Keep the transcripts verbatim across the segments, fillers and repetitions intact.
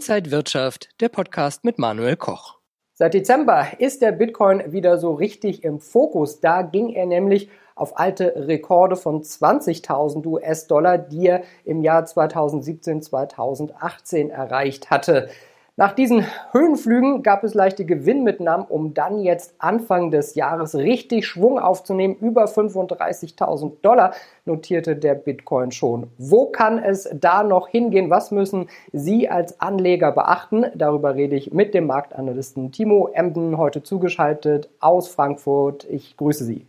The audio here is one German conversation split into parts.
Inside Wirtschaft, der Podcast mit Manuel Koch. Seit Dezember ist der Bitcoin wieder so richtig im Fokus. Da ging er nämlich auf alte Rekorde von zwanzigtausend US-Dollar, die er im Jahr zweitausendsiebzehn, zweitausendachtzehn erreicht hatte. Nach diesen Höhenflügen gab es leichte Gewinnmitnahmen, um dann jetzt Anfang des Jahres richtig Schwung aufzunehmen. Über fünfunddreißigtausend Dollar notierte der Bitcoin schon. Wo kann es da noch hingehen? Was müssen Sie als Anleger beachten? Darüber rede ich mit dem Marktanalysten Timo Emden, heute zugeschaltet aus Frankfurt. Ich grüße Sie.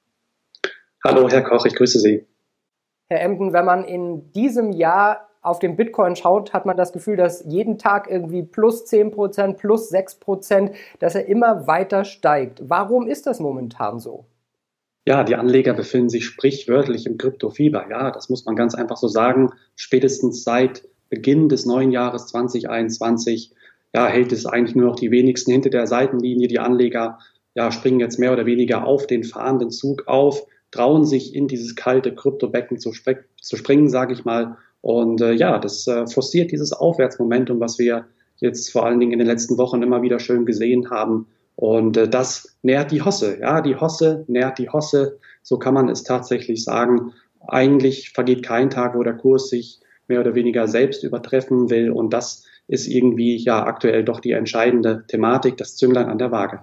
Hallo Herr Koch, ich grüße Sie. Herr Emden, wenn man in diesem Jahr auf den Bitcoin schaut, hat man das Gefühl, dass jeden Tag irgendwie plus zehn Prozent, plus sechs Prozent, dass er immer weiter steigt. Warum ist das momentan so? Ja, die Anleger befinden sich sprichwörtlich im Kryptofieber. Ja, das muss man ganz einfach so sagen. Spätestens seit Beginn des neuen Jahres zwanzig einundzwanzig ja, hält es eigentlich nur noch die wenigsten hinter der Seitenlinie. Die Anleger ja, springen jetzt mehr oder weniger auf den fahrenden Zug auf, trauen sich in dieses kalte Kryptobecken zu, spr- zu springen, sage ich mal. Und äh, ja, das äh, forciert dieses Aufwärtsmomentum, was wir jetzt vor allen Dingen in den letzten Wochen immer wieder schön gesehen haben. Und äh, das nährt die Hosse. Ja, die Hosse nährt die Hosse. So kann man es tatsächlich sagen. Eigentlich vergeht kein Tag, wo der Kurs sich mehr oder weniger selbst übertreffen will. Und das ist irgendwie ja aktuell doch die entscheidende Thematik, das Zünglein an der Waage.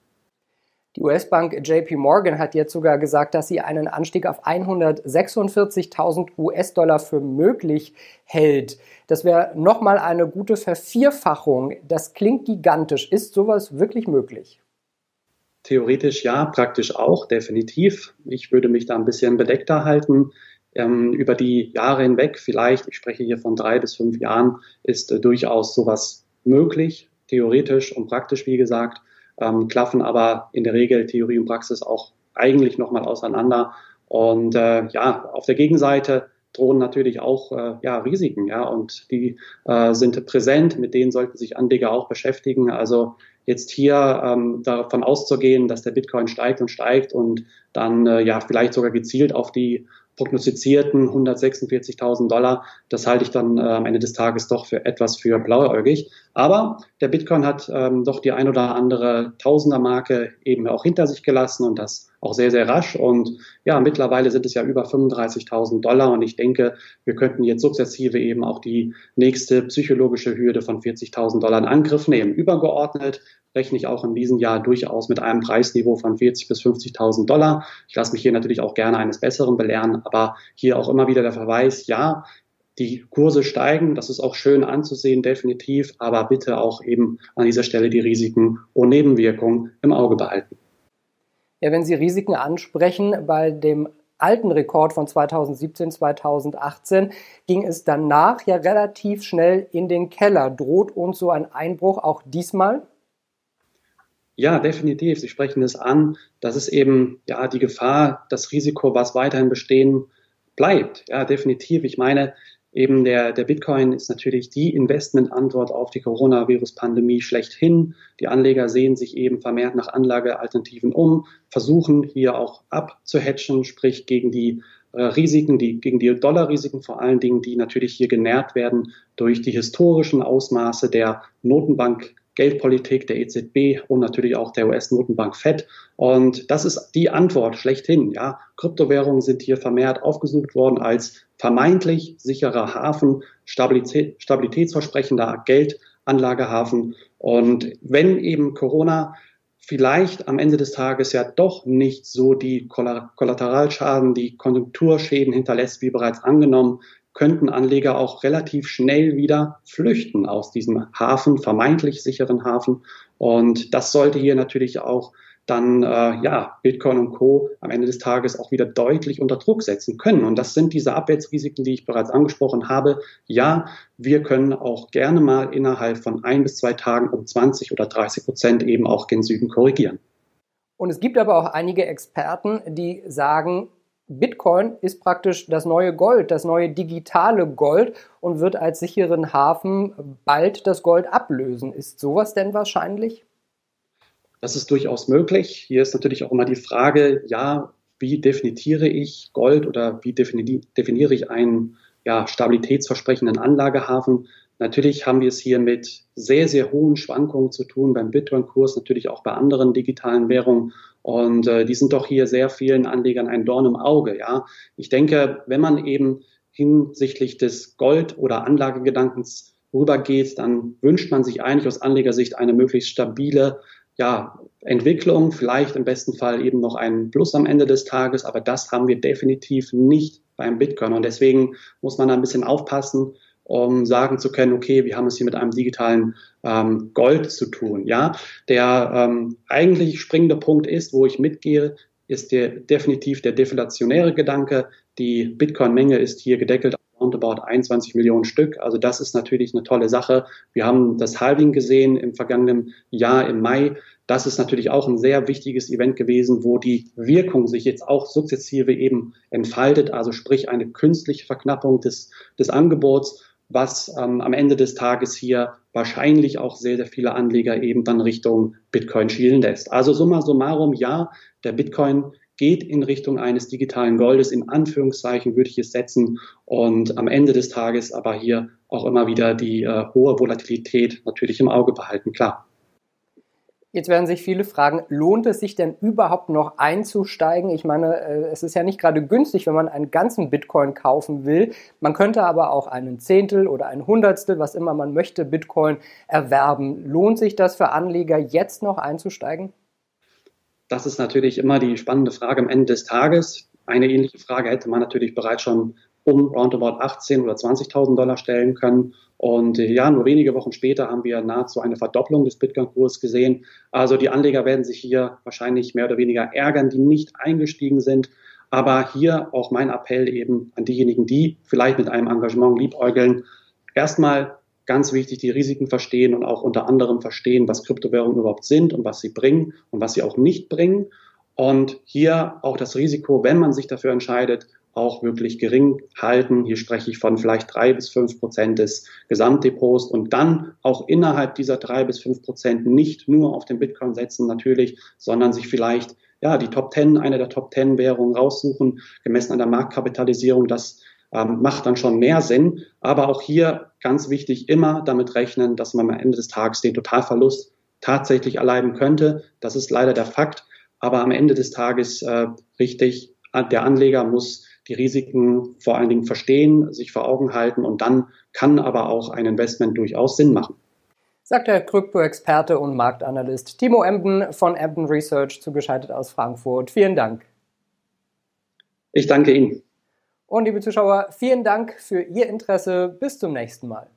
Die U S-Bank J P Morgan hat jetzt sogar gesagt, dass sie einen Anstieg auf hundertsechsundvierzigtausend US-Dollar für möglich hält. Das wäre nochmal eine gute Vervierfachung. Das klingt gigantisch. Ist sowas wirklich möglich? Theoretisch ja, praktisch auch, definitiv. Ich würde mich da ein bisschen bedeckter halten. Ähm, über die Jahre hinweg, vielleicht, ich spreche hier von drei bis fünf Jahren, ist äh, durchaus sowas möglich, theoretisch und praktisch, wie gesagt. Ähm, klaffen aber in der Regel Theorie und Praxis auch eigentlich nochmal auseinander. Und äh, ja, auf der Gegenseite drohen natürlich auch äh, ja, Risiken, ja, und die äh, sind präsent, mit denen sollten sich Anleger auch beschäftigen. Also jetzt hier ähm, davon auszugehen, dass der Bitcoin steigt und steigt und dann äh, ja vielleicht sogar gezielt auf die prognostizierten hundertsechsundvierzigtausend Dollar, das halte ich dann äh, am Ende des Tages doch für etwas für blauäugig. Aber der Bitcoin hat ähm, doch die ein oder andere Tausender-Marke eben auch hinter sich gelassen und das auch sehr, sehr rasch. Und ja, mittlerweile sind es ja über fünfunddreißigtausend Dollar und ich denke, wir könnten jetzt sukzessive eben auch die nächste psychologische Hürde von vierzigtausend Dollar in Angriff nehmen. Übergeordnet rechne ich auch in diesem Jahr durchaus mit einem Preisniveau von vierzigtausend bis fünfzigtausend Dollar. Ich lasse mich hier natürlich auch gerne eines Besseren belehren, aber hier auch immer wieder der Verweis, ja, die Kurse steigen, das ist auch schön anzusehen, definitiv, aber bitte auch eben an dieser Stelle die Risiken und Nebenwirkungen im Auge behalten. Ja, wenn Sie Risiken ansprechen, bei dem alten Rekord von zweitausendsiebzehn, zweitausendachtzehn ging es danach ja relativ schnell in den Keller. Droht uns so ein Einbruch auch diesmal? Ja, definitiv. Sie sprechen es an. Das ist eben ja die Gefahr, das Risiko, was weiterhin bestehen bleibt. Ja, definitiv. Ich meine, eben der, der Bitcoin ist natürlich die Investmentantwort auf die Coronavirus-Pandemie schlechthin. Die Anleger sehen sich eben vermehrt nach Anlagealternativen um, versuchen hier auch abzuhatchen, sprich gegen die äh, Risiken, die, gegen die Dollarrisiken vor allen Dingen, die natürlich hier genährt werden durch die historischen Ausmaße der Notenbank Geldpolitik der E Z B und natürlich auch der U S-Notenbank Fed. Und das ist die Antwort schlechthin. Ja, Kryptowährungen sind hier vermehrt aufgesucht worden als vermeintlich sicherer Hafen, Stabilität, stabilitätsversprechender Geldanlagehafen. Und wenn eben Corona vielleicht am Ende des Tages ja doch nicht so die Kollateralschaden, die Konjunkturschäden hinterlässt, wie bereits angenommen, könnten Anleger auch relativ schnell wieder flüchten aus diesem Hafen, vermeintlich sicheren Hafen. Und das sollte hier natürlich auch dann äh, ja Bitcoin und Co. am Ende des Tages auch wieder deutlich unter Druck setzen können. Und das sind diese Abwärtsrisiken, die ich bereits angesprochen habe. Ja, wir können auch gerne mal innerhalb von ein bis zwei Tagen um zwanzig oder dreißig Prozent eben auch gen Süden korrigieren. Und es gibt aber auch einige Experten, die sagen, Bitcoin ist praktisch das neue Gold, das neue digitale Gold und wird als sicheren Hafen bald das Gold ablösen. Ist sowas denn wahrscheinlich? Das ist durchaus möglich. Hier ist natürlich auch immer die Frage, ja, wie definiere ich Gold oder wie definiere ich einen ja, stabilitätsversprechenden Anlagehafen? Natürlich haben wir es hier mit sehr, sehr hohen Schwankungen zu tun beim Bitcoin-Kurs, natürlich auch bei anderen digitalen Währungen. Und äh, die sind doch hier sehr vielen Anlegern ein Dorn im Auge. Ja, ich denke, wenn man eben hinsichtlich des Gold- oder Anlagegedankens rübergeht, dann wünscht man sich eigentlich aus Anlegersicht eine möglichst stabile ja, Entwicklung, vielleicht im besten Fall eben noch einen Plus am Ende des Tages, aber das haben wir definitiv nicht beim Bitcoin. Und deswegen muss man da ein bisschen aufpassen, um sagen zu können, okay, wir haben es hier mit einem digitalen ähm, Gold zu tun. Ja, der ähm, eigentlich springende Punkt ist, wo ich mitgehe, ist der, definitiv der deflationäre Gedanke. Die Bitcoin-Menge ist hier gedeckelt auf roundabout einundzwanzig Millionen Stück. Also das ist natürlich eine tolle Sache. Wir haben das Halving gesehen im vergangenen Jahr im Mai. Das ist natürlich auch ein sehr wichtiges Event gewesen, wo die Wirkung sich jetzt auch sukzessive eben entfaltet. Also sprich eine künstliche Verknappung des, des Angebots, was ähm, am Ende des Tages hier wahrscheinlich auch sehr, sehr viele Anleger eben dann Richtung Bitcoin schielen lässt. Also summa summarum, ja, der Bitcoin geht in Richtung eines digitalen Goldes, in Anführungszeichen würde ich es setzen, und am Ende des Tages aber hier auch immer wieder die äh, hohe Volatilität natürlich im Auge behalten, klar. Jetzt werden sich viele fragen, lohnt es sich denn überhaupt noch einzusteigen? Ich meine, es ist ja nicht gerade günstig, wenn man einen ganzen Bitcoin kaufen will. Man könnte aber auch einen Zehntel oder ein Hundertstel, was immer man möchte, Bitcoin erwerben. Lohnt sich das für Anleger, jetzt noch einzusteigen? Das ist natürlich immer die spannende Frage am Ende des Tages. Eine ähnliche Frage hätte man natürlich bereits schon um roundabout achtzehntausend oder zwanzigtausend Dollar stellen können. Und ja, nur wenige Wochen später haben wir nahezu eine Verdopplung des Bitcoin-Kurses gesehen. Also die Anleger werden sich hier wahrscheinlich mehr oder weniger ärgern, die nicht eingestiegen sind. Aber hier auch mein Appell eben an diejenigen, die vielleicht mit einem Engagement liebäugeln. Erstmal ganz wichtig, die Risiken verstehen und auch unter anderem verstehen, was Kryptowährungen überhaupt sind und was sie bringen und was sie auch nicht bringen. Und hier auch das Risiko, wenn man sich dafür entscheidet, auch wirklich gering halten. Hier spreche ich von vielleicht drei bis fünf Prozent des Gesamtdepots und dann auch innerhalb dieser drei bis fünf Prozent nicht nur auf den Bitcoin setzen natürlich, sondern sich vielleicht ja die Top zehn, eine der Top zehn Währungen raussuchen, gemessen an der Marktkapitalisierung. Das ähm, macht dann schon mehr Sinn. Aber auch hier ganz wichtig, immer damit rechnen, dass man am Ende des Tages den Totalverlust tatsächlich erleiden könnte. Das ist leider der Fakt. Aber am Ende des Tages äh, richtig, der Anleger muss die Risiken vor allen Dingen verstehen, sich vor Augen halten und dann kann aber auch ein Investment durchaus Sinn machen. Sagt der Krypto-Experte und Marktanalyst Timo Emden von Emden Research, zugeschaltet aus Frankfurt. Vielen Dank. Ich danke Ihnen. Und liebe Zuschauer, vielen Dank für Ihr Interesse. Bis zum nächsten Mal.